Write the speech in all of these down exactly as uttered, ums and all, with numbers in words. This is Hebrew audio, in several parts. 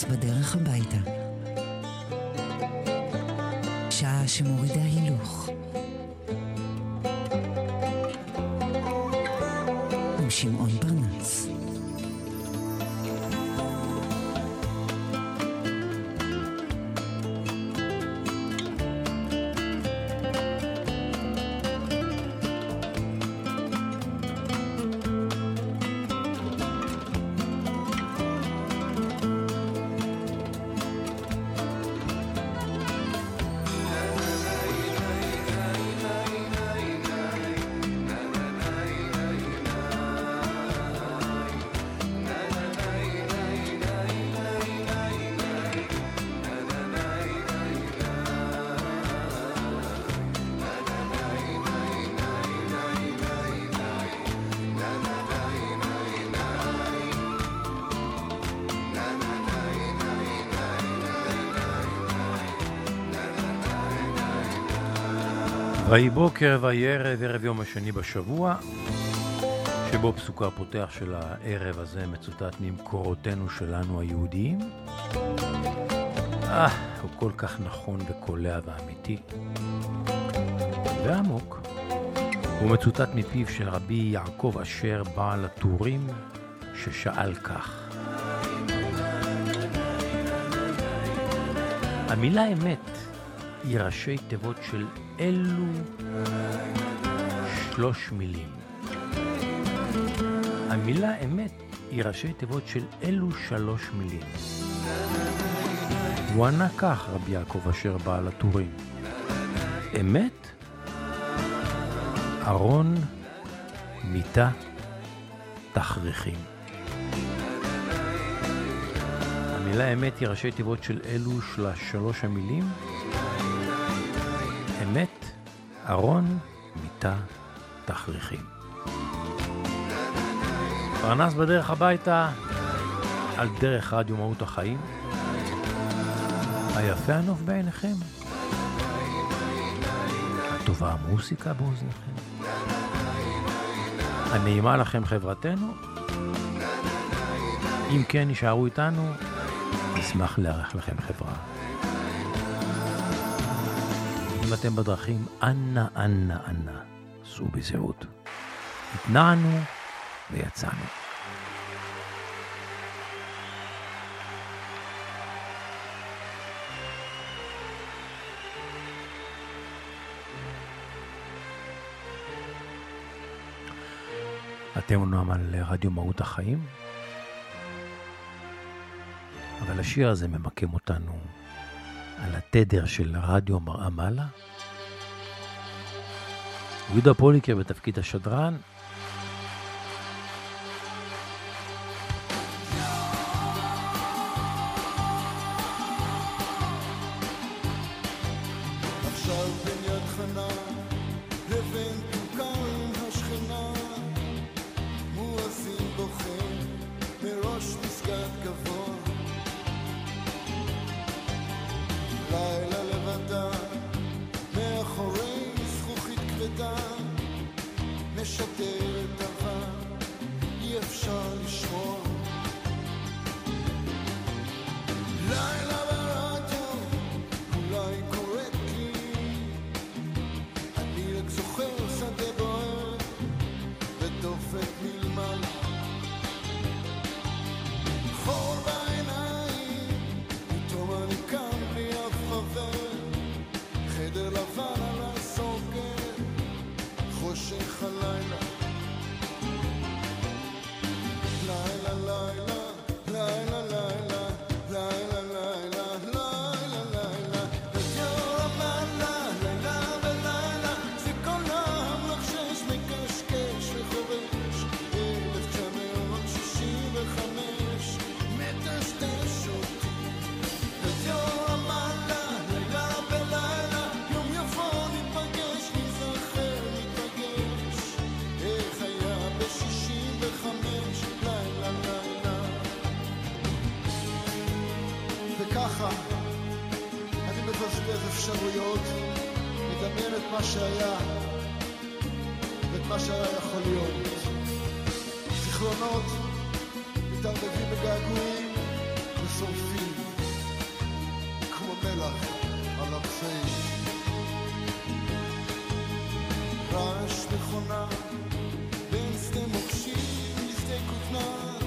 פרנס בדרך הביתה. שעה שמורידה הילוך. עם שמעון פרנס. ויהי בוקר ויהי ערב, ערב יום השני בשבוע, שבו פסוק הפותח של הערב הזה מצוטט ממקורותינו שלנו היהודיים. אה, הוא כל כך נכון וקולע ואמיתי ועמוק. הוא מצוטט מפיו של רבי יעקב אשר בעל הטורים, ששאל כך: המילה אמת היא ראשי תיבות של אלו שלוש מילים. המילה אמת היא ראשי תיבות של אלו שלוש מילים. הוא ענה כך, רבי יעקב אשר בעל הטורים: אמת, ארון, מיטה, תכריכים. המילה אמת היא ראשי תיבות של אלו שלוש המילים. אמת, ארון, מיטה, תכריכים. פרנס בדרך הביתה, על דרך רדיו מהות החיים. היפה הנוף בעיניכם, הטובה המוסיקה באוזניכם, הנעימה לכם חברתנו. אם כן, נשארו איתנו, נשמח לארח לכם חברה. אם אתם בדרכים, אנא, אנא, אנא, סעו בזהירות. התנענו ויצאנו. אתם אומנם על רדיו מהות החיים, אבל השיר הזה ממקם אותנו על התדר של רדיו מראה-מעלה. יהודה פוליקר בתפקיד השדרן. עכשיו בין יד חנה לבין תוקן השכנה מואזין בוחן מראש פסגת גבוה, לילה לבדה מאחורי זכוכית כבדה משתרת דבר אי אפשר לשמוע. לילה ברדיו אולי קוראת לי, אני רק זוכר שדה בוער ודופק מלמעלה, חור בעיניים, פתאום אני קם בלי אף חבר, חדר לבן על הסוקר, חושך הלילה, לילה לילה לילה לילה לילה לילה לילה לילה בדיור המעלה, לילה ולילה זה כל המחשש מקשקש וחורש, אלף תשע מאות שישים וחמש מטשטש אותי. בדיור המעלה, לילה ולילה יום יבוא ניפגש, נזכר ניפגש איך היה בשישים וחמש, לילה לילה. וככה אני מבזבז אפשרויות, מדמיין את מה שהיה ואת מה שהיה יכול להיות. זיכרונות מתערבבים בגעגועים שורפים כמו מלח על הפצעים. רעש מכונה בין שדה מוקשים לשדה כותנה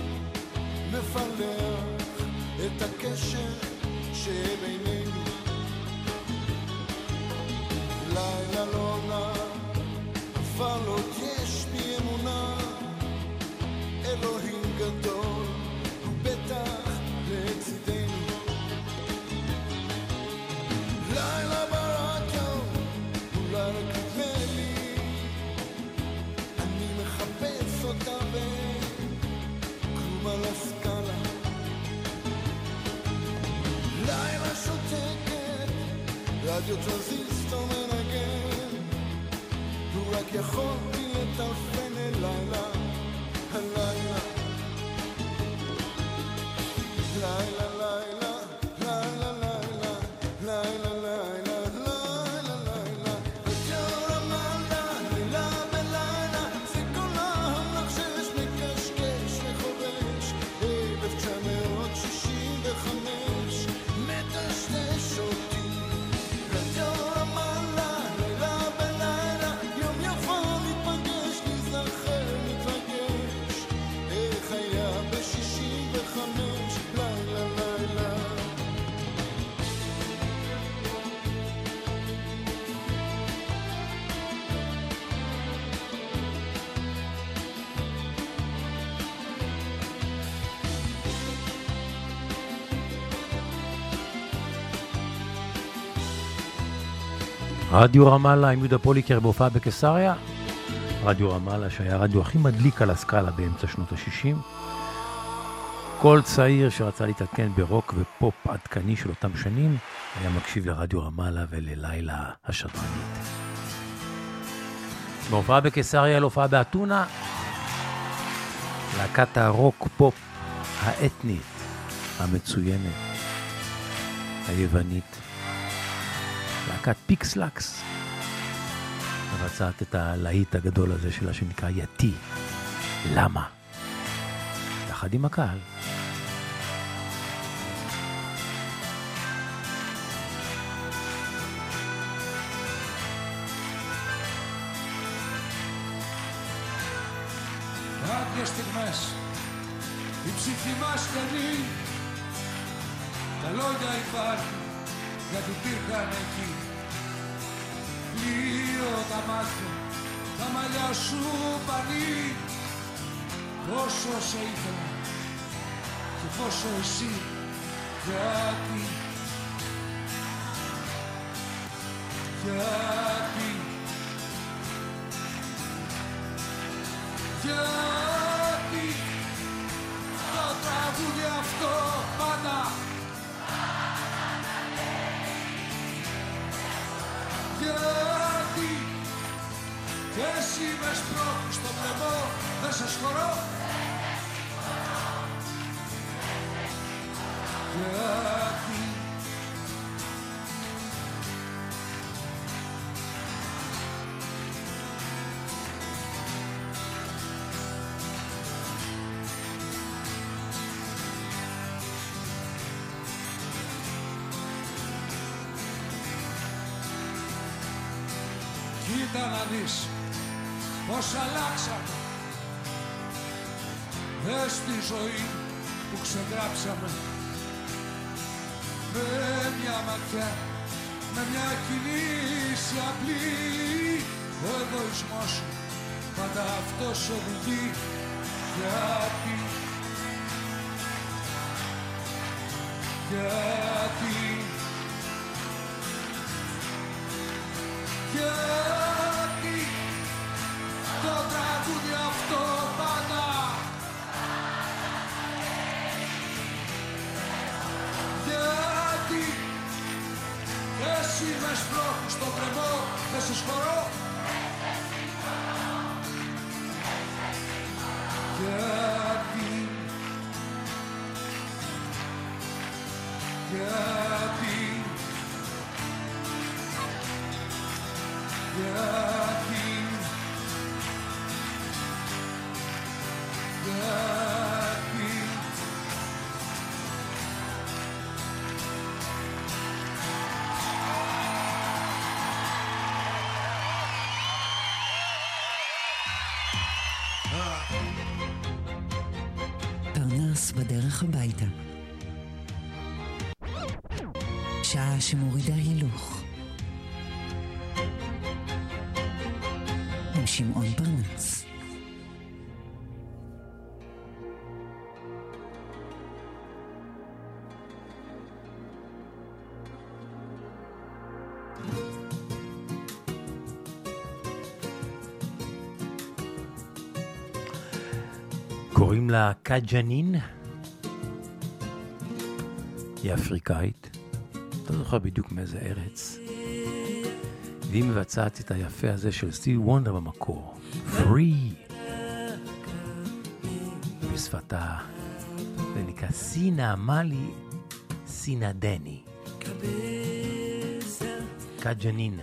מפלח את הקשר שבינינו. לילה לא עונה אבל עוד יש בי אמונה, אלוהים גדול הוא בטח לצידנו. לילה ברדיו אולי רק נדמה לי אני מחפש אותה וכלום על הסקאלה. לילה שותקת רדיו טרנזיסטור מנגן, לו רק יכולתי לטלפן אל לילה הלילה. לילה לילה לילה לילה לילה לילה לילה לילה רדיו רמאללה לילה בלילה זה כל המחשש מקשקש וחובש אלף תשע מאות שישים וחמש מטשטש אותי. רדיו רמאללה לילה בלילה יום יפה מתפגש נזכר מתרגש איך היה בשישים וחמש לילה לילה. רדיו רמאללה עם יהודה פוליקר בהופעה בקיסריה. רדיו רמאללה שהיה הרדיו הכי מדליק על הסקאלה באמצע שנות ה-שישים. כל צעיר שרצה להתעדכן ברוק ופופ עדכני של אותם שנים היה מקשיב לרדיו רמאללה וללילה השדרנית. בהופעה בקיסריה להופעה באתונה, להקת הרוק פופ האתנית המצוינת היוונית, להקת פיקסלקס, מבצעת את הלהיט הגדול הזה שלה שנקרא יתי. למה? יחד עם הקהל. רק יש תגמש עם פסיכי משתני, אתה לא יודע איפה גדותיר כאן εκεί λίγο τα μάτια, τα μαλλιά σου πανί, πόσο σε ήθελα και πόσο εσύ. Γιατί, γιατί, γιατί το τραγούδι αυτό πάντα γιατί κι εσύ με σπρώχνεις στο πνευμό, δεν σε σχωρώ. Γιατί κοίτα να δεις πως αλλάξαμε, δες τη ζωή που ξεγράψαμε. Με μια ματιά, με μια κινήση απλή, ο εγωισμός σου πάντα αυτός οδηγεί. Γιατί, γιατί, γιατί το τραγούδι αυτό πάντα γιατί εσύ με σπρώχνεις στο κρεμό, δεν σε σχωρώ. Γιατί, γιατί, γιατί, γιατί, פרנס בדרך הביתה. שעה שמורידה הילוך. עם שמעון פרנס. קוראים לה קג'נין, היא אפריקאית, לא זוכר בדיוק מאיזה ארץ, והיא מבצעת את היפה הזה של סטיבי וונדר במקור, Free, בשפתה, זה נקרא סינה מאלי סינה דני, קג'נין.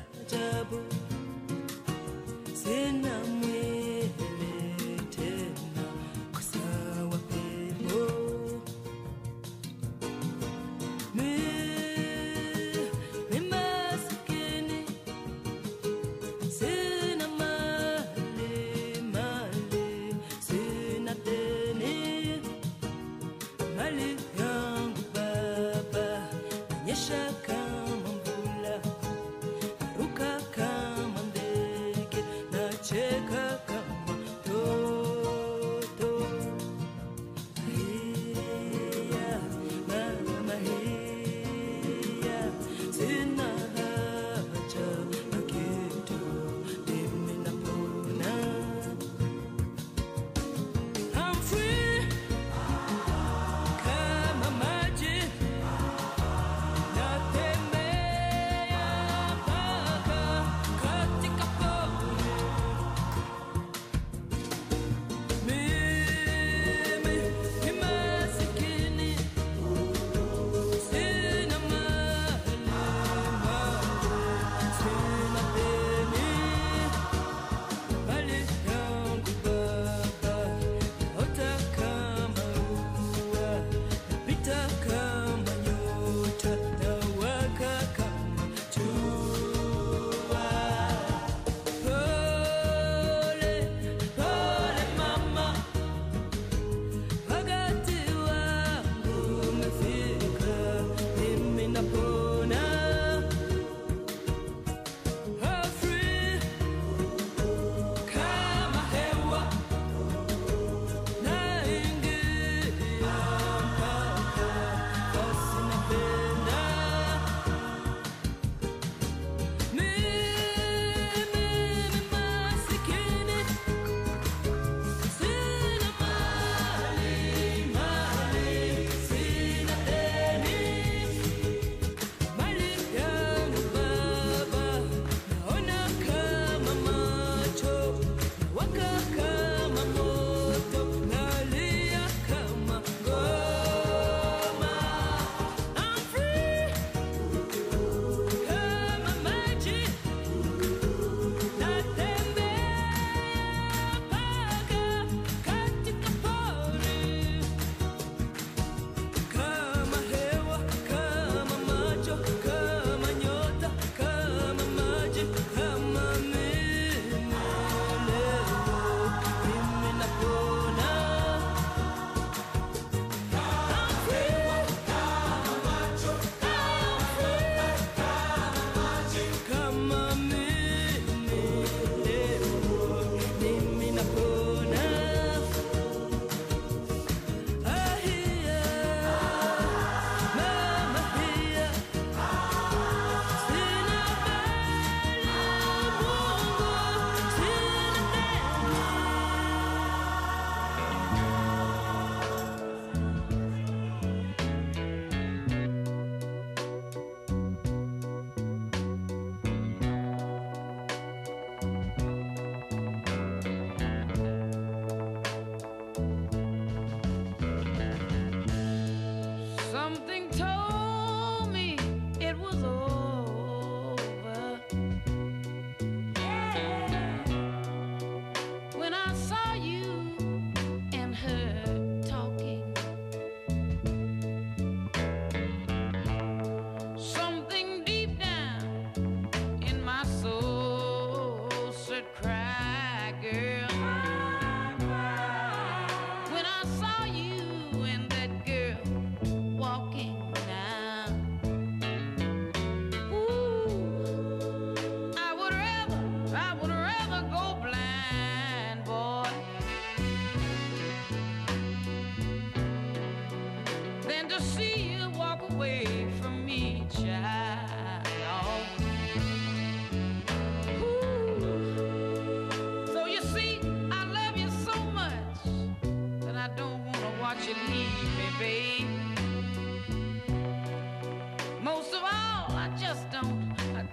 Yesha kama mbula, ruka kama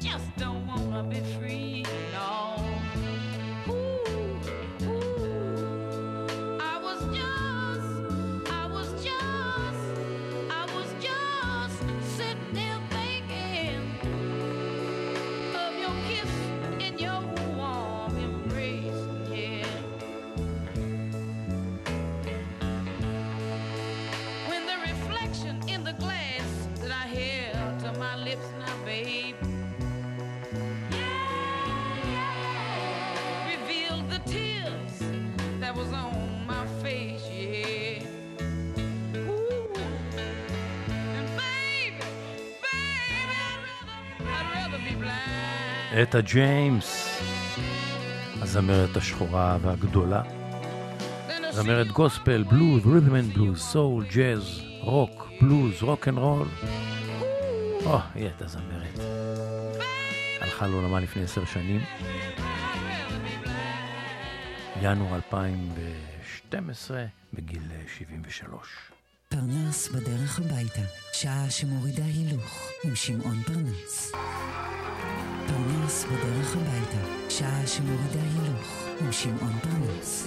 just don't wanna be free, no. Ooh, ooh. I was just, I was just, I was just sitting there thinking of your kiss and your warm embrace, yeah. When the reflection in the glass that I held to my lips now, babe, revealed the tears that was on my face, yeah. Ooh. And baby, baby, I'd rather, I'd rather be blind. אתה ג'יימס, הזמרת השחורה והגדולה, זמרת גוספל, בלוז, רית'ם אנד בלוז, סול, ג'אז, רוק, בלוז, רוק אנד רול. או, היא הייתה זמרת. הלכה לעולמה לפני עשר שנים, ינואר אלפיים ושתים עשרה, בגיל שבעים ושלוש. פרנס בדרך הביתה, שעה שמורידה הילוך עם שמעון פרנס. פרנס בדרך הביתה, שעה שמורידה הילוך עם שמעון פרנס.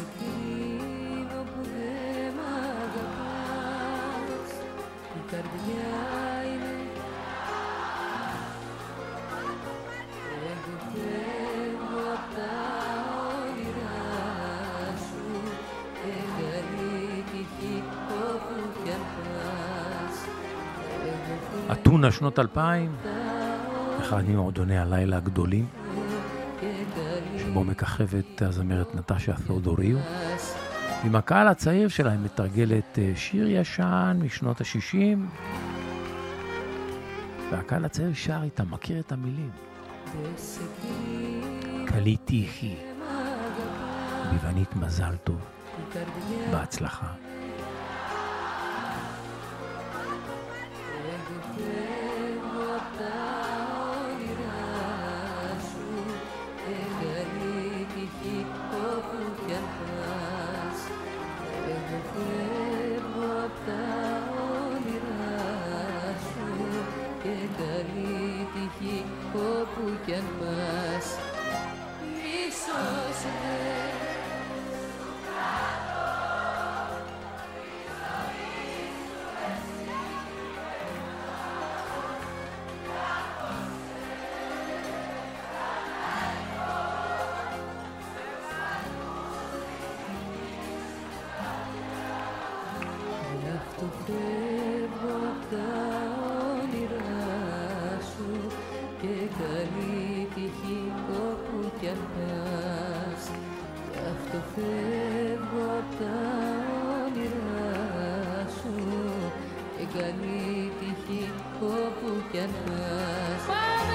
אתונה שנות אלפיים, אחד ממועדוני הלילה הגדולים, שבו מככבת הזמרת נטשה תאודוריו. עם הקהל הצעיר שלה היא מתרגלת שיר ישן משנות ה-שישים, והקהל הצעיר שר איתה, מכיר את המילים. קליתיחי, ביוונית מזל טוב, בהצלחה. Όπου κι αν πας, μη σώσε. Γι' αυτό φεύγω απ' τα όνειρά σου και καλή τύχη όπου κι αν πας. Γι' αυτό φεύγω απ' τα όνειρά σου και καλή τύχη όπου κι αν πας. Πάμε!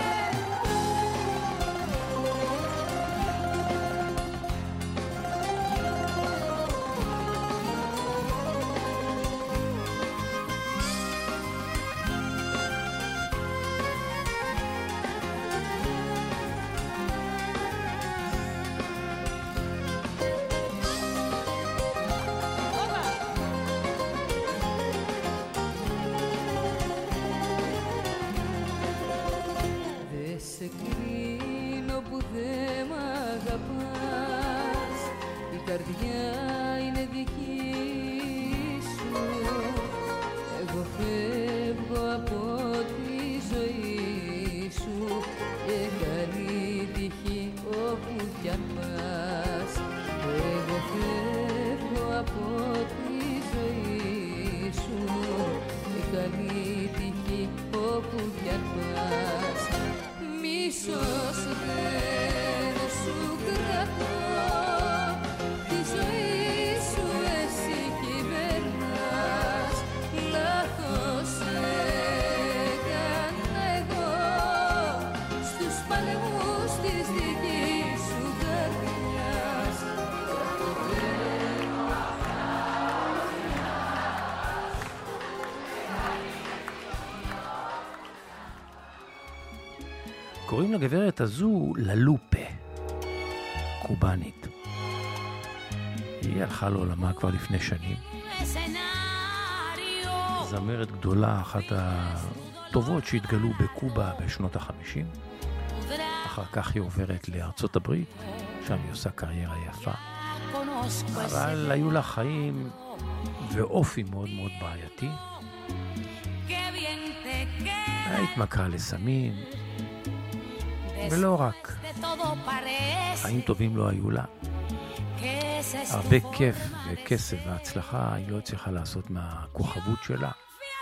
Σε κρίνω που δεν μ' αγαπάς, η καρδιά είναι δική σου. Εγώ φεύγω από τη ζωή σου και καλή τύχη όπου κι αν πας. Εγώ φεύγω από τη ζωή σου και καλή τύχη όπου κι αν πας. Μίσος δεν σου κρατώ, τη ζωή σου εσύ κυβερνάς. Λάθος έκανα εγώ στους παλαιούς της δικής σου καρδιάς. קוראים לגברת הזו ללופה, קובנית. היא הלכה לעולמה כבר לפני שנים. זמרת גדולה, אחת טובות שהתגלו בקובה בשנות החמישים. אחר כך היא עוברת לארצות הברית, שם היא עושה קריירה יפה. אבל היו לה חיים ואופי מאוד מאוד בעייתי. התמכרה לסמים, ולא רק. חיים טובים לא היו לה. הרבה כיף וכסף והצלחה היא לא הצליחה לעשות מהכוכבות שלה.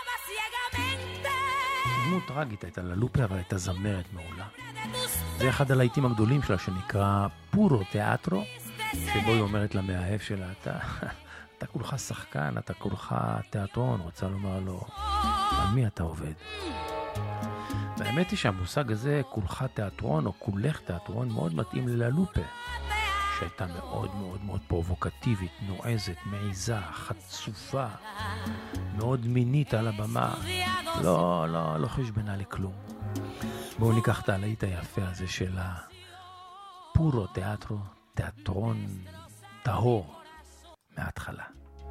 דמות טרגית הייתה ללופה, אבל הייתה זמרת מעולה. זה אחד הלהיטים הגדולים שלה שנקרא פורו תיאטרו, שבו היא אומרת למאהב שלה, אתה, אתה כולך שחקן, אתה כולך תיאטרון, רוצה לומר לו, על מי אתה עובד? והאמת היא שהמושג הזה, כולך תיאטרון או כולך תיאטרון, מאוד מתאים ללופה, שהייתה מאוד מאוד מאוד פרובוקטיבית, נועזת, מעיזה, חצופה, מאוד מינית על הבמה. לא, לא, לא חשבנה לכלום. בואו ניקח את הלהיט היפה הזה של הפורו תיאטרו, תיאטרון טהור מההתחלה.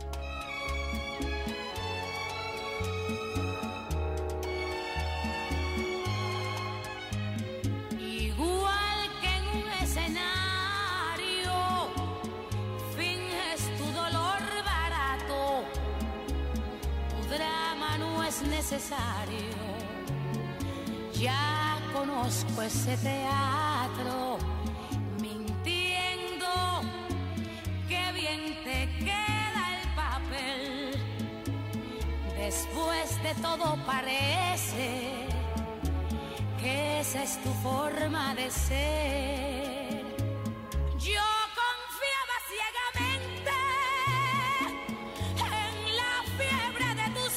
Necesario, ya conozco ese teatro, mintiendo, qué bien te queda el papel, después de todo parece que esa es tu forma de ser. Yo confiaba ciegamente en la fiebre de tus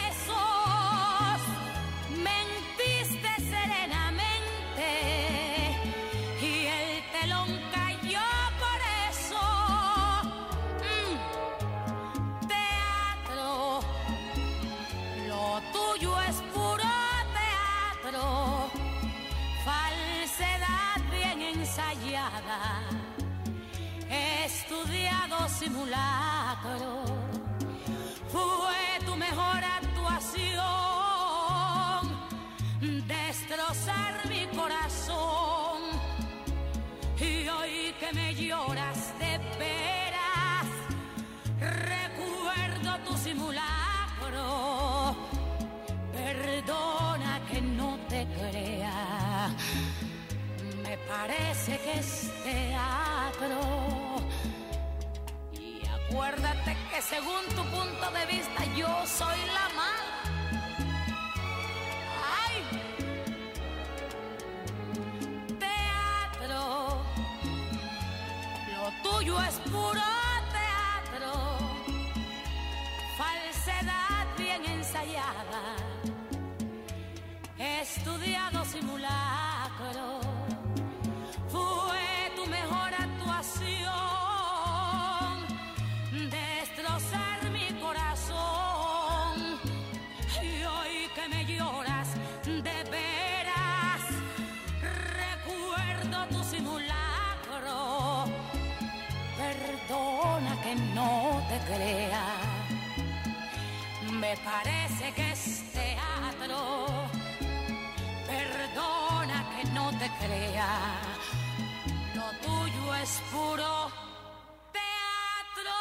estudiado simulacro, fue tu mejor actuación, destrozar mi corazón, y hoy que me lloras de veras, recuerdo tu simulacro, perdona que no te crea. Me parece que es teatro. Y acuérdate que según tu punto de vista yo soy la mala. ¡Ay! Teatro. Lo tuyo es puro teatro. Falsedad bien ensayada. Estudiado simulacro. Fue tu mejor actuación, destrozar mi corazón, y hoy que me lloras de veras, recuerdo tu simulacro, perdona que no te crea, me parece que es teatro, perdona que no te crea. Lo tuyo es puro teatro.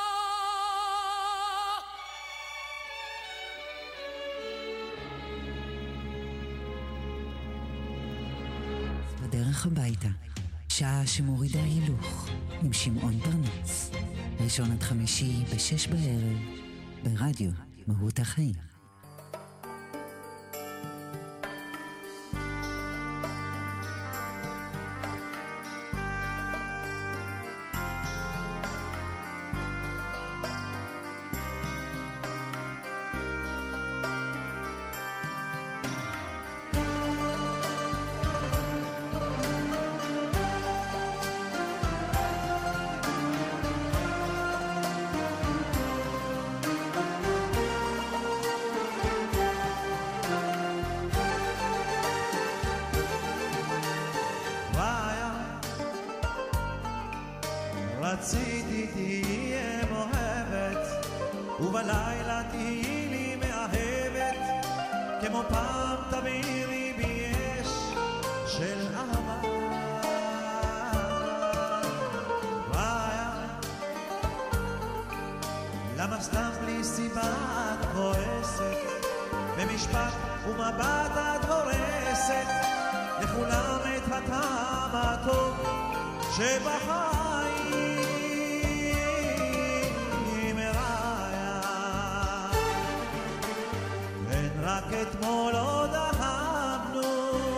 בדרך הביתה, שעה שמורידה הילוך, עם שמעון פרנס. ראשון עד חמישי בשש בערב, ברדיו מהות החיים. רציתי תהיה מאוהבת ובלילה תהיי לי מאהבת כמו פעם תבירי בי אש של אהבה. ראיה, למה סתם בלי סיבה את כועסת? במשפט ומבט את הורסת לכולם את הטעם הטוב שבחיים. ראיה, כן רק אתמול עוד אהבנו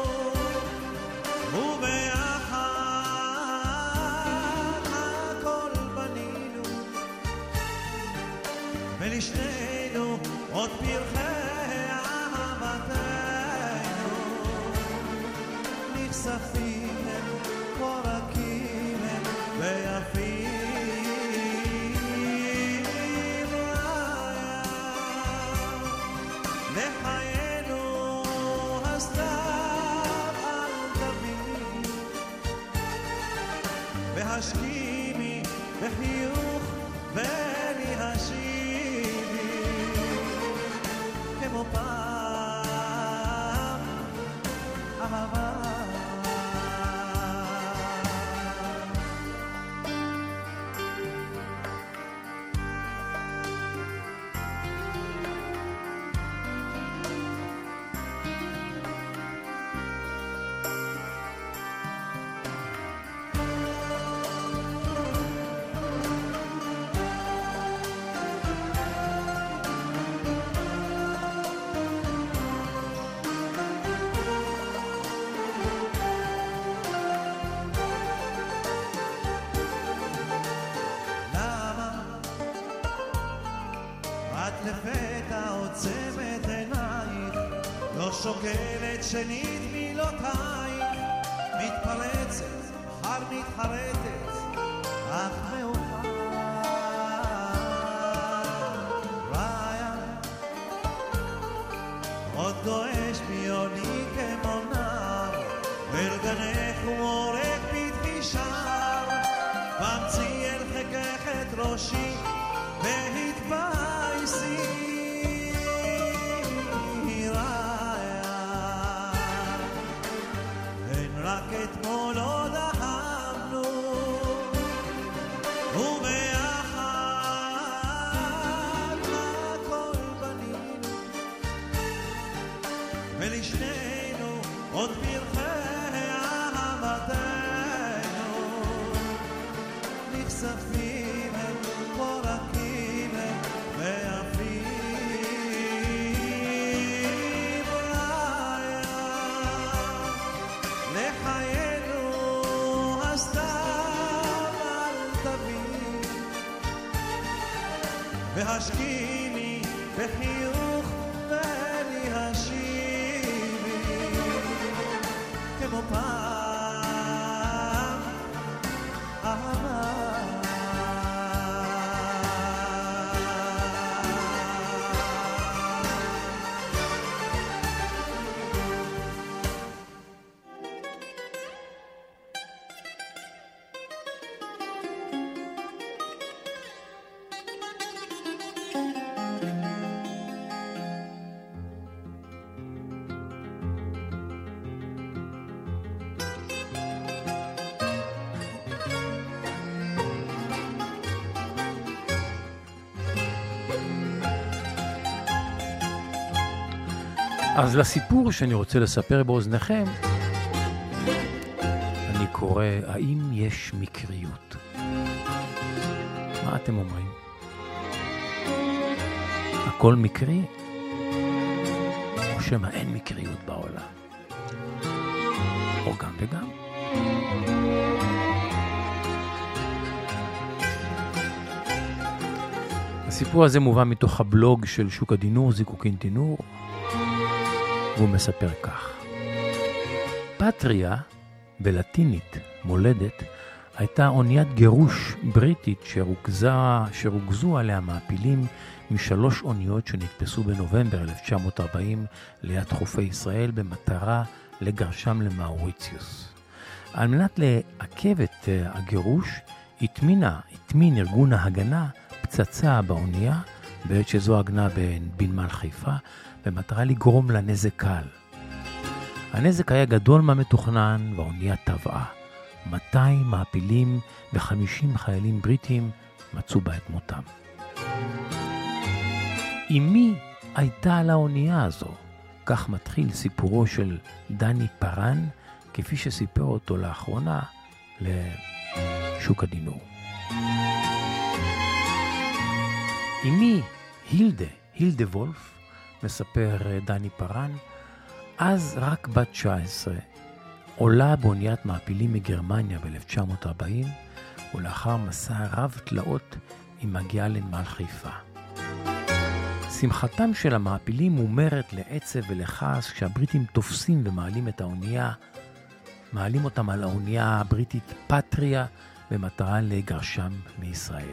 וביחד הכל בנינו ולשנינו עוד פרחי אהבתנו נחשפים הם פורקים הם ויפים. ראיה, לחיינו הסתיו אל תביא והשכימי בחיוך ולהשיבי כמו פעם אהבה. לפתע עוצמת עינייך, לא שוקלת שנית מילותייך, מתפרצת, מחר מתחרטת, אך מאוחר. ראיה, עוד דואש ביוני כמו נער, אל גנך ומורק פתחי שער, במציא אל חכך את ראשי והתבייסי. ראיה, אין רק אתמול עוד אהבנו וביחד הכל בנינו ולשנינו עוד פרחי אהבתנו נחשפים הם פורקים הם ויפים. ראיה, לחיינו הסתיו אל תביא והשכימי בחיוך ולהשיבי כמו פעם אהבה. אז לסיפור שאני רוצה לספר באוזניכם, אני קורא, האם יש מקריות? מה אתם אומרים? הכל מקרי? או שמה אין מקריות בעולם? או גם וגם? הסיפור הזה מובא מתוך הבלוג של שוק הדינור, זיקוקין דינור, והוא מספר כך. פטריה, בלטינית, מולדת, הייתה אוניית גירוש בריטית שרוכזה, שרוכזו עליה מעפילים משלוש אוניות שנתפסו בנובמבר אלף תשע מאות ארבעים ליד חופי ישראל במטרה לגרשם למאוריציוס. על מנת לעכב את הגירוש, התמינה, התמין ארגון ההגנה פצצה באונייה, בעת שזו הגנה בנמל חיפה, במטרה לגרום לנזק קל. הנזק היה גדול מהמתוכנן והאונייה טבעה. מאתיים מעפילים ו-חמישים חיילים בריטים מצאו בה את מותם. אמי הייתה על האונייה הזו. כך מתחיל סיפורו של דני פרן, כפי שסיפר אותו לאחרונה לשוק הדינור. אמי הילדה, הילדה וולף, מספר דני פרן, אז רק בת תשע עשרה, עולה באוניית מעפילים מגרמניה ב-אלף תשע מאות ארבעים, ולאחר מסע רב תלאות היא מגיעה לנמל חיפה. שמחתם של המעפילים מומרת לעצב ולכעס כשהבריטים תופסים ומעלים את האונייה, מעלים אותם על האונייה הבריטית פטריה במטרה לגרשם מישראל.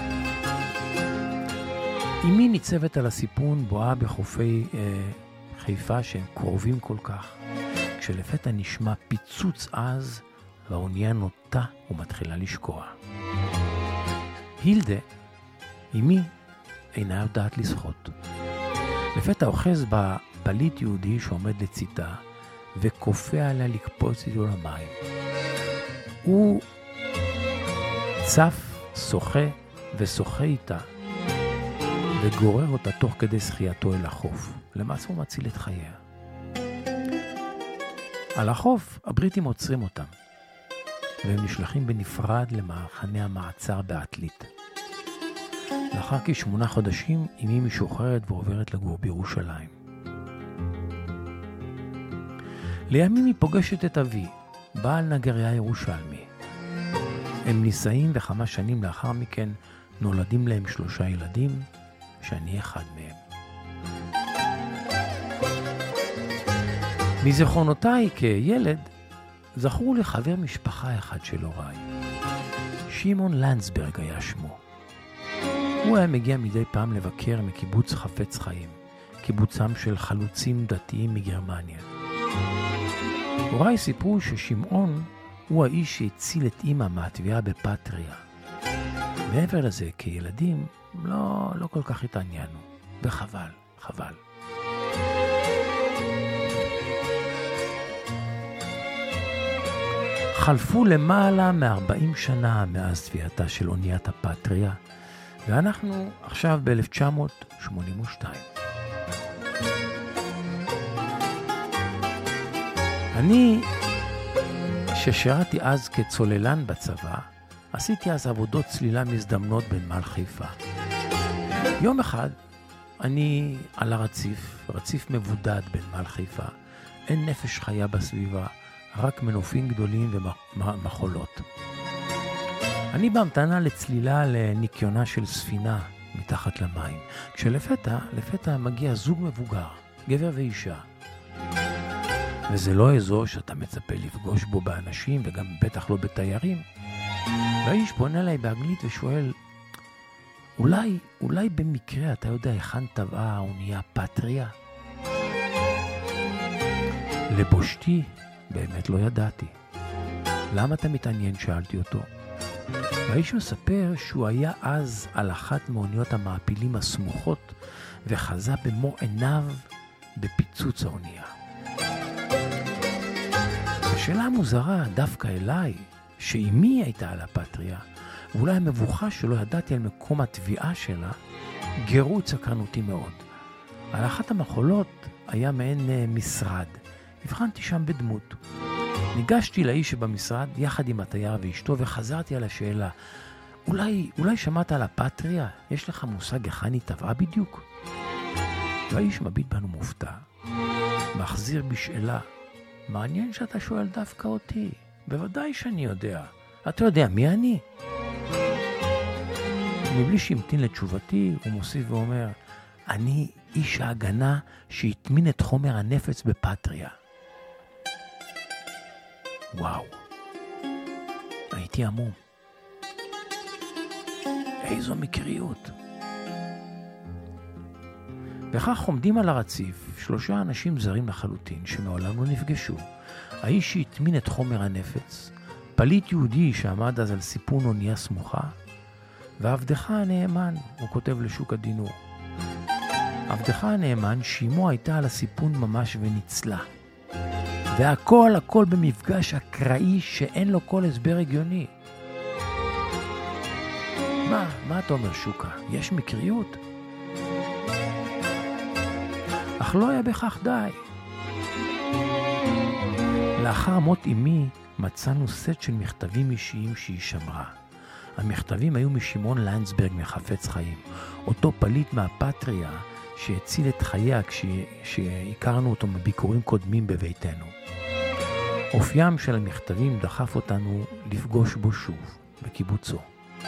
אמי ניצבת על הסיפון בואה בחופי אה, חיפה שהם קרובים כל כך, כשלפתע נשמע פיצוץ עז והאונייה נוטה ומתחילה לשקוע. הילדה, אמי, אינה יודעת לשחות. לפתע אוחז בה פליט יהודי שעומד לצידה וכופה עליה לקפוץ איתו למים. הוא צף, שוחה ושוחה איתה וגורר אותה תוך כדי שחייתו אל החוף. למעשה הוא מציל את חייה. על החוף הבריטים עוצרים אותם והם נשלחים בנפרד למחנה המעצר בעתלית. לאחר כשמונה חודשים אמי משוחררת ועוברת לגור בירושלים. לימים היא פוגשת את אבי, בעל נגריה ירושלמי. הם נישאים וכמה שנים לאחר מכן נולדים להם שלושה ילדים, שאני אחד מהם. מזיכרונותיי כילד זכרו לחבר משפחה אחד של הוריי. שמעון לנדסברג היה שמו. הוא היה מגיע מדי פעם לבקר מקיבוץ חפץ חיים, קיבוצם של חלוצים דתיים מגרמניה. הוריי סיפרו ששמעון הוא האיש שהציל את אמא מהטביעה בפטריה. מעבר לזה, כילדים, לא, לא כל כך התעניינו, וחבל, חבל. חלפו למעלה מ-ארבעים שנה מאז טביעתה של אוניית הפטריה, ואנחנו עכשיו ב-אלף תשע מאות שמונים ושתיים. אני, ששירתי אז כצוללן בצבא, עשיתי אז עבודות צלילה מזדמנות בנמל חיפה. יום אחד אני על הרציף, רציף מבודד בנמל חיפה. אין נפש חיה בסביבה, רק מנופים גדולים ומחולות. אני בהמתנה לצלילה לניקיונה של ספינה מתחת למים, כשלפתע, לפתע מגיע זוג מבוגר, גבר ואישה. וזה לא אזור שאתה מצפה לפגוש בו באנשים וגם בטח לא בתיירים. והאיש פונה אליי באנגלית ושואל, אולי, אולי במקרה אתה יודע היכן טבעה האונייה פטריה? לבושתי, באמת לא ידעתי. למה אתה מתעניין? שאלתי אותו. והאיש מספר שהוא היה אז על אחת מאוניות המעפילים הסמוכות וחזה במו עיניו בפיצוץ האונייה. השאלה המוזרה דווקא אליי, שאימי הייתה על הפטריה, ואולי המבוכה שלא ידעתי על מקום התביעה שלה, גרו את סקרנותי מאוד. על אחת המחולות היה מעין משרד. הבחנתי שם בדמות. ניגשתי לאיש שבמשרד יחד עם התייר ואשתו וחזרתי על השאלה, אולי, אולי שמעת על הפטריה? יש לך מושג היכן היא טבעה בדיוק? והאיש מביט בנו מופתע. מחזיר בשאלה, מעניין שאתה שואל דווקא אותי. בוודאי שאני יודע. אתה יודע מי אני? מבלי שהמתין לתשובתי, הוא מוסיף ואומר, אני איש ההגנה שהטמין את חומר הנפץ בפטריה. וואו, הייתי עמום. איזו מקריות. וכך עומדים על הרציף שלושה אנשים זרים לחלוטין שמעולם לא נפגשו. האיש שהטמין את חומר הנפץ, פליט יהודי שעמד אז על סיפון אונייה סמוכה, ועבדך הנאמן, הוא כותב לשוק הדינור. עבדך הנאמן, שימו הייתה על הסיפון ממש וניצלה. והכל הכל במפגש אקראי שאין לו כל הסבר הגיוני. מה, מה אתה אומר שוקה? יש מקריות? אך לא היה בכך די. לאחר מות אמי מצאנו סט של מכתבים אישיים שהיא שמרה. המכתבים היו משמעון לנדסברג מחפץ חיים, אותו פליט מהפטריה שהציל את חייה כשהכרנו אותו מביקורים קודמים בביתנו. אופיים של המכתבים דחף אותנו לפגוש בו שוב, בקיבוצו.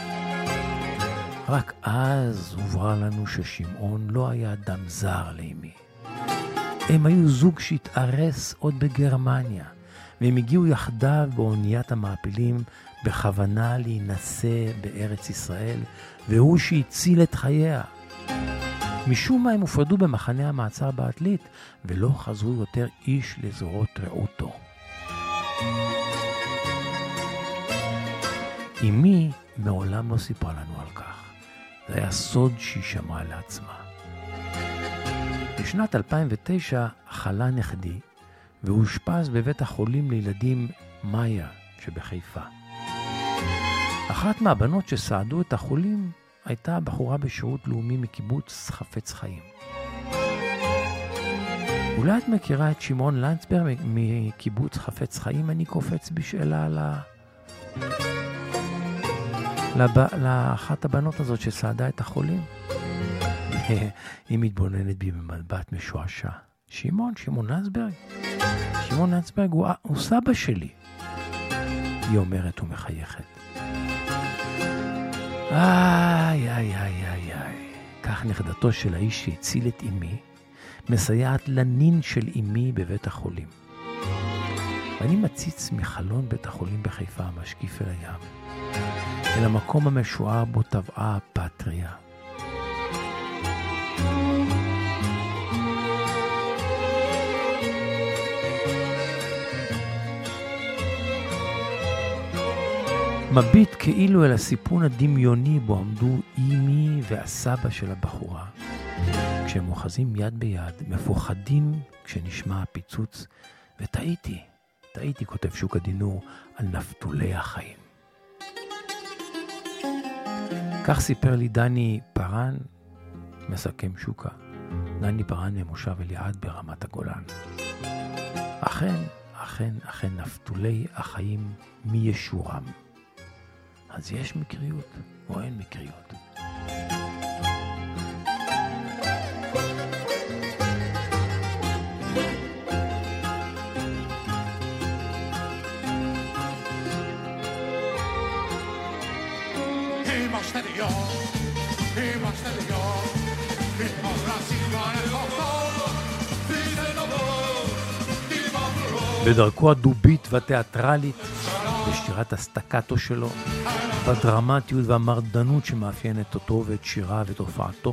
רק אז הוברר לנו ששמעון לא היה אדם זר לאמי. הם היו זוג שהתארס עוד בגרמניה, והם הגיעו יחדיו באוניית המעפילים בכוונה להינשא בארץ ישראל, והוא שהציל את חייה. משום מה הם הופרדו במחנה המעצר בעתלית, ולא חזרו יותר איש לזרועות רעותו. אמי מעולם לא סיפרה לנו על כך. זה היה סוד שהיא שמרה לעצמה. בשנת אלפיים ותשע חלה נכדי, והוא אושפז בבית החולים לילדים מאיה שבחיפה. אחת מהבנות שסעדו את החולים הייתה בחורה בשירות לאומי מקיבוץ חפץ חיים. אולי את מכירה את שמעון לנדסברג מקיבוץ חפץ חיים? אני קופץ בשאלה ל... לב... לאחת הבנות הזאת שסעדה את החולים. היא מתבוננת בי במבט משועשע. שמעון, שמעון לנדסברג? שמעון לנדסברג הוא, הוא סבא שלי. היא אומרת ומחייכת. איי, איי, איי, איי, איי. כך נכדתו של האיש שהציל את אמי, מסייעת לנין של אמי בבית החולים. ואני מציץ מחלון בית החולים בחיפה, המשקיף אל הים, אל המקום המשוער בו טבעה הפטריה. מביט כאילו אל הסיפון הדמיוני בו עמדו אמי והסבא של הבחורה. כשהם מוחזים יד ביד, מפוחדים כשנשמע הפיצוץ, וטעיתי, טעיתי, כותב שוקה דינור, על נפתולי החיים. כך סיפר לי דני פרן, מסכם שוקה, דני פרן ממושב אליעד ברמת הגולן. אכן, אכן, אכן נפתולי החיים מישורם. אז יש מקריות או אין מקריות? בדרכו הדובית והתיאטרלית, בשירת הסטקטו שלו, בדרמטיות והמרדנות שמאפיינת אותו ואת שירה ואת הופעתו.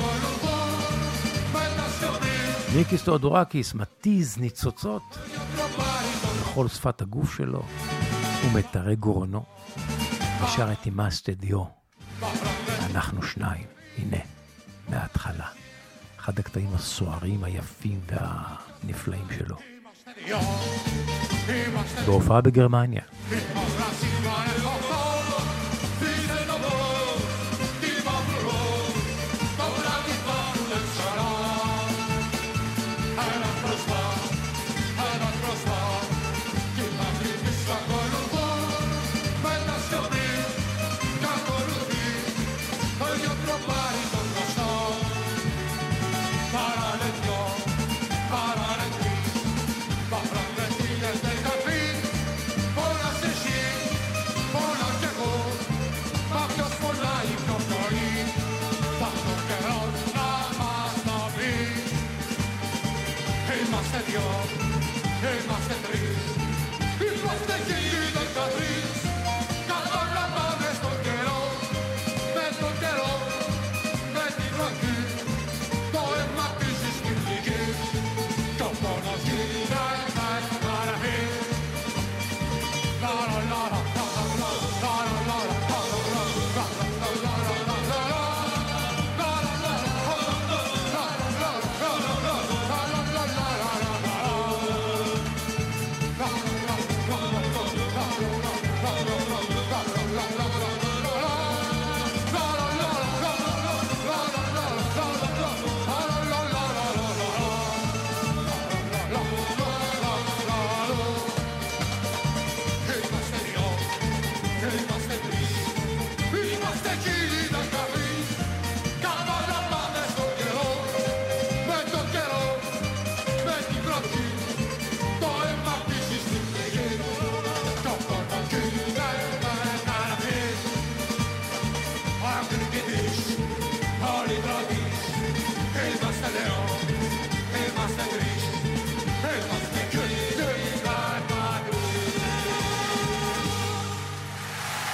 ניקיס תאודורקיס מתיז ניצוצות בכל שפת הגוף שלו ומתארי גורנו, ושר את אימאסטה דיו, אנחנו שניים, הנה, מההתחלה, אחד הקטעים הסוערים, היפים והנפלאים שלו. בהופעה בגרמניה. Para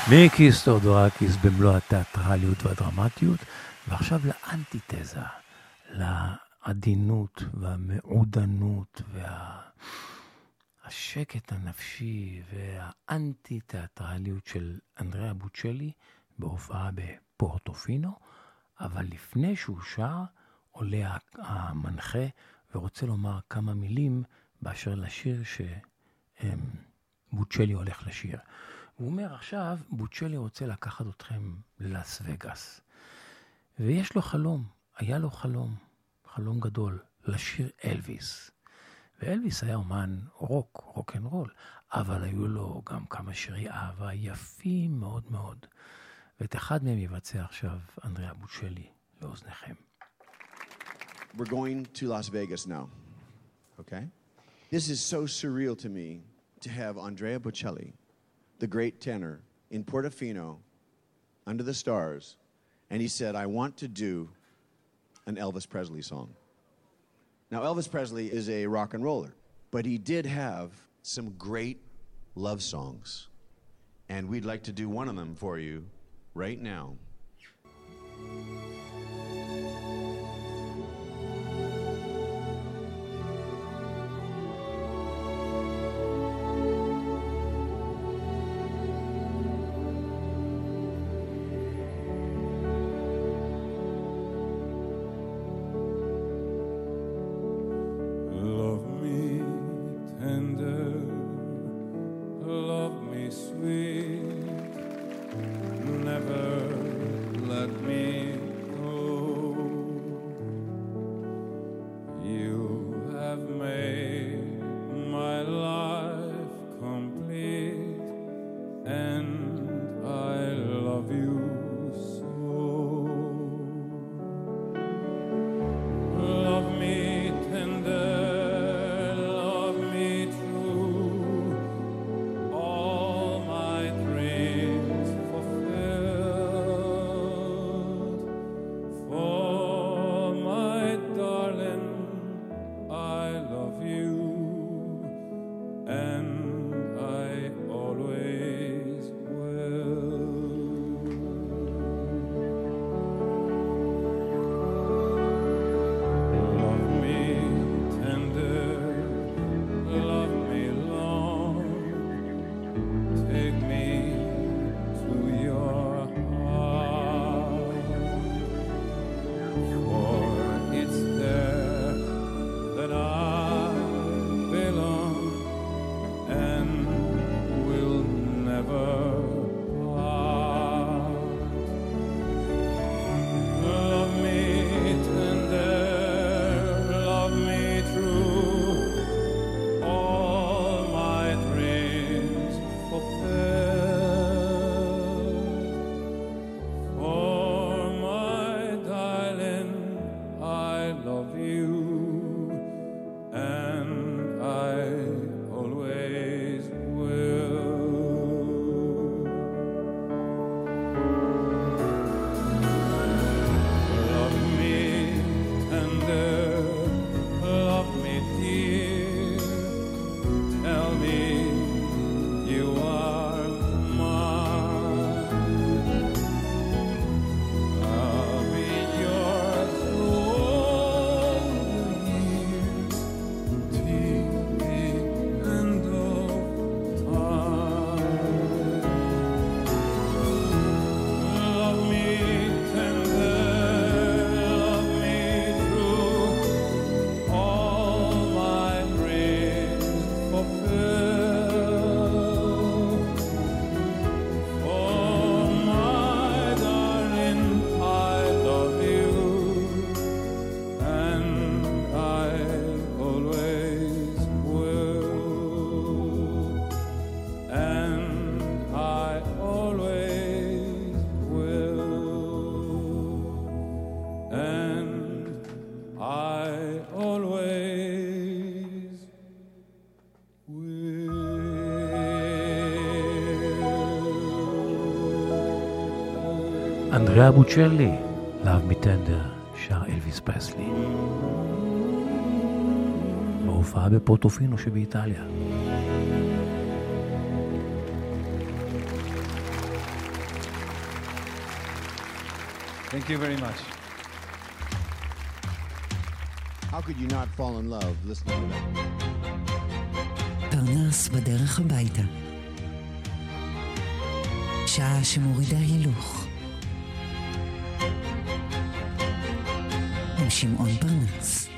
מיקיס תאודורקיס במלוא התיאטרליות והדרמטיות, ועכשיו לאנטיתזה, לעדינות והמעודנות והשקט הנפשי והאנטי-תיאטרליות של אנדריאה בוצ'לי בהופעה בפורטופינו, אבל לפני שהוא שר עולה המנחה ורוצה לומר כמה מילים באשר לשיר שבוצ'לי הולך לשיר. הוא אומר עכשיו, בוצ'לי רוצה לקחת אתכם ללאס וגאס. ויש לו חלום, היה לו חלום, חלום גדול, לשיר אלוויס. ואלוויס היה אומן רוק, רוק אנד רול, אבל היו לו גם כמה שירי אהבה יפים מאוד מאוד. ואת אחד מהם יבצע עכשיו אנדריאה בוצ'לי לאוזניכם. We're going to Las Vegas now, okay? This is so surreal to me to have Andrea Bocelli, the great tenor, in Portofino, under the stars, and he said, I want to do an Elvis Presley song. Now, Elvis Presley is a rock and roller, but he did have some great love songs, and we'd like to do one of them for you right now. אנדריאה בוצ'לי, Love Me Tender, שר אלוויס פרסלי. בהופעה בפורטופינו שבאיטליה. Thank you very much. How could you not fall in love listening to that? פרנס בדרך הביתה. שעה שמורידה הילוך. עם שמעון פרנס.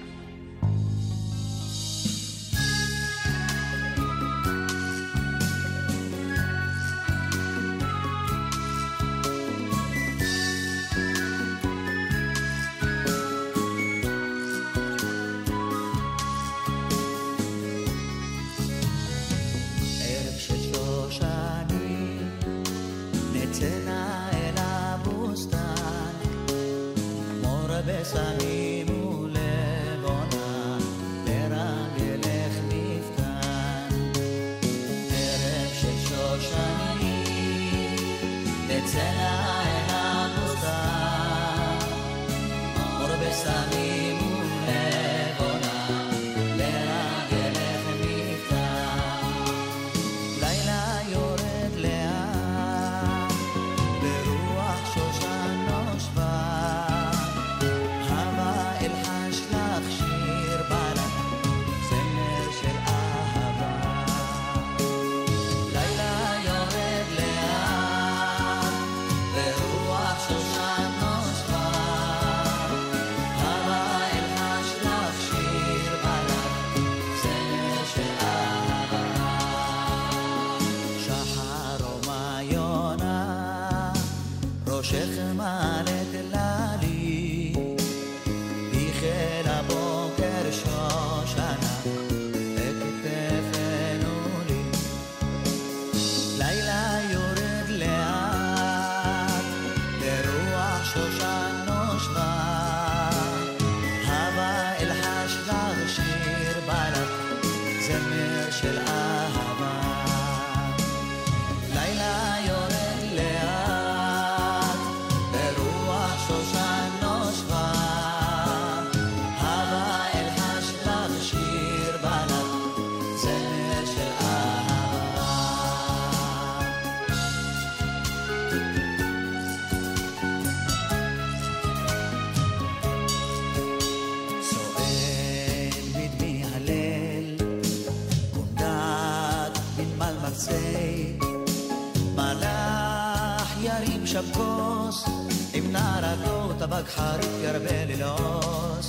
שבקוס עם נערתו טבק חריף ירבה ללעוס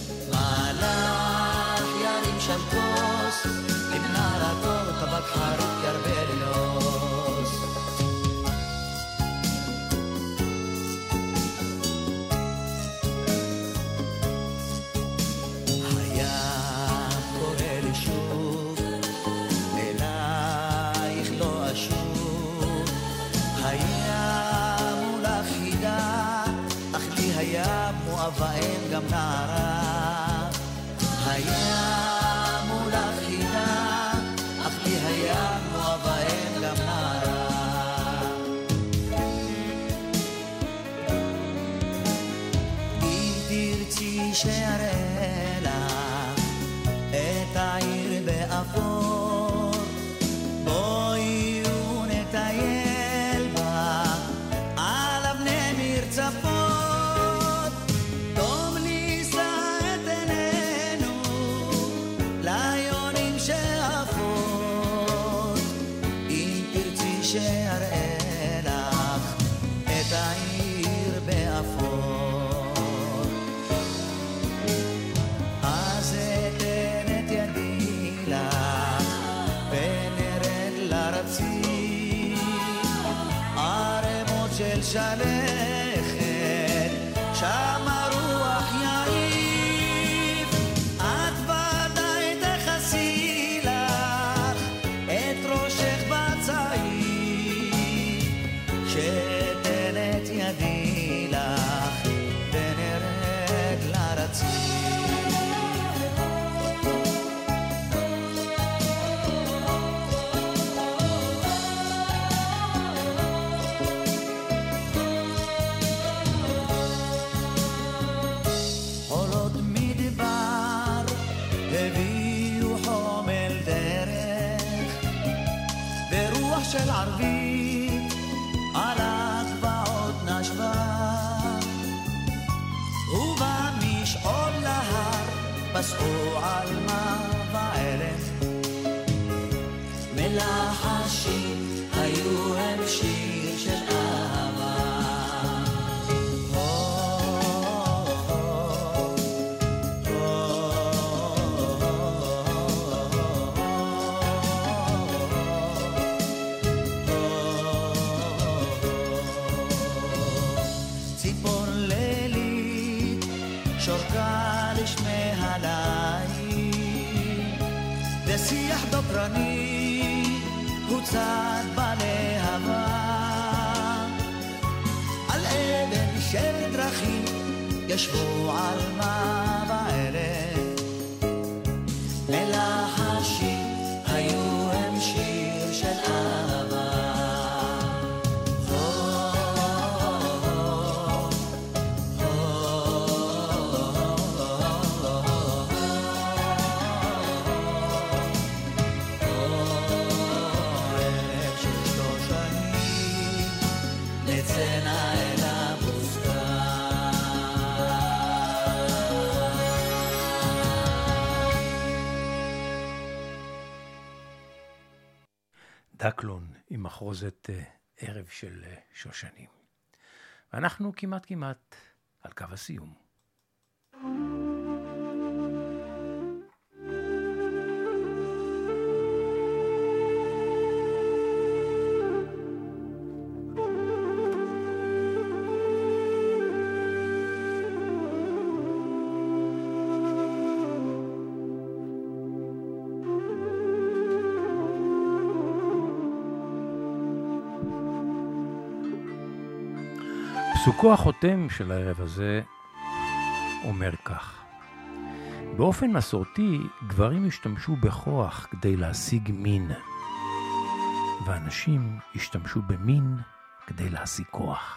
מלאך ירים שבקוס עם נערתו טבק חריף ירבה ללעוס היה קורא לי שוב אלייך לא אשוב היה היה מואבאים גם נערה היה מול החידה אך לי היה מואבאים גם נערה אם תרצי שאראה לך את העיר באפור בואי ונטייל בה על אבני מרצפות שאראה לך את העיר באפור אז אתן את ידי לך ונרד לרציף ערמות של שלכת שם הרוח יעיף את ודאי תכסי לך את ראשך בצעיף שתן את ידי לך ונרד לרציף עולות מדבר הביאו חומל דרך ברוח של ערבי על הגבעות נשבה נסעו על מעברת, מלחשים היו הם שיר של אהבה. ציפור לילית שורקה לשמי הליל, ושיח דוקרני הוצד בלהבה. על אבן של דרכים ישבו על מעברת, מלחשים היו הם שיר של אהבה. דקלון עם מחרוזת ערב של שושנים. ואנחנו כמעט כמעט על קו הסיום. פסוקו החותם של הערב הזה אומר כך: באופן מסורתי גברים השתמשו בכוח כדי להשיג מין, ואנשים השתמשו במין כדי להשיג כוח.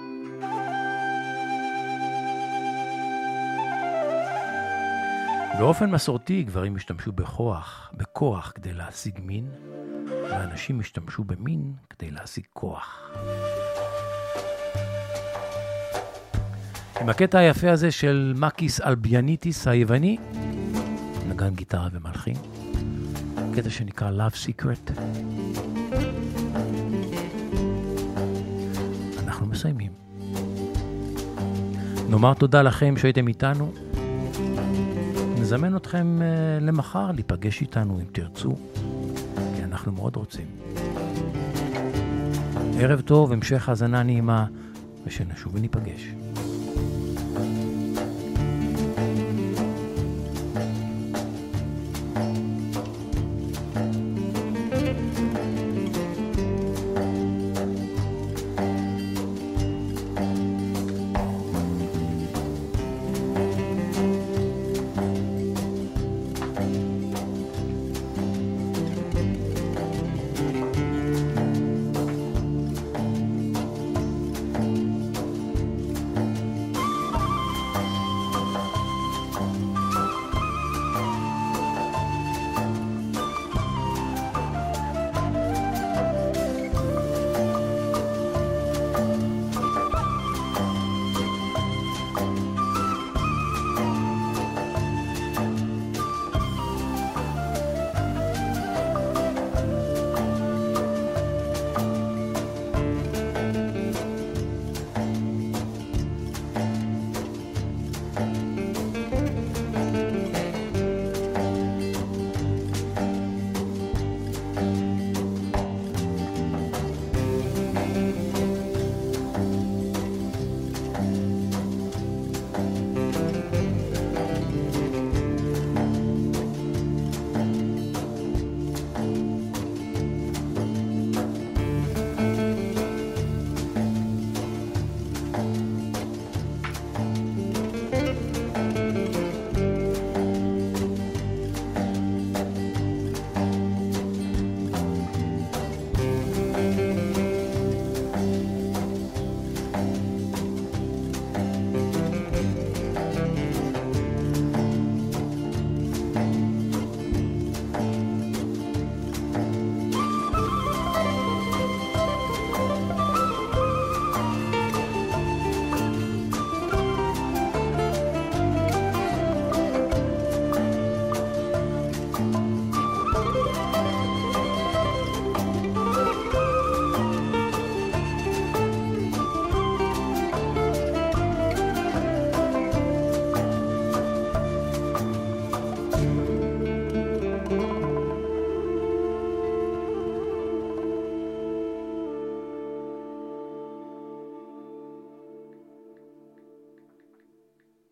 באופן מסורתי גברים השתמשו בכוח, בכוח כדי להשיג מין, ואנשים השתמשו במין כדי להשיג כוח. עם הקטע היפה הזה של מקיס אלביאניטיס היווני, נגן גיטרה ומלחין, קטע שנקרא Love Secret. אנחנו מסיימים. נאמר תודה לכם שהייתם איתנו. נזמן אתכם uh, למחר להיפגש איתנו אם תרצו, כי אנחנו מאוד רוצים. ערב טוב, המשך האזנה נעימה, ושנשוב וניפגש.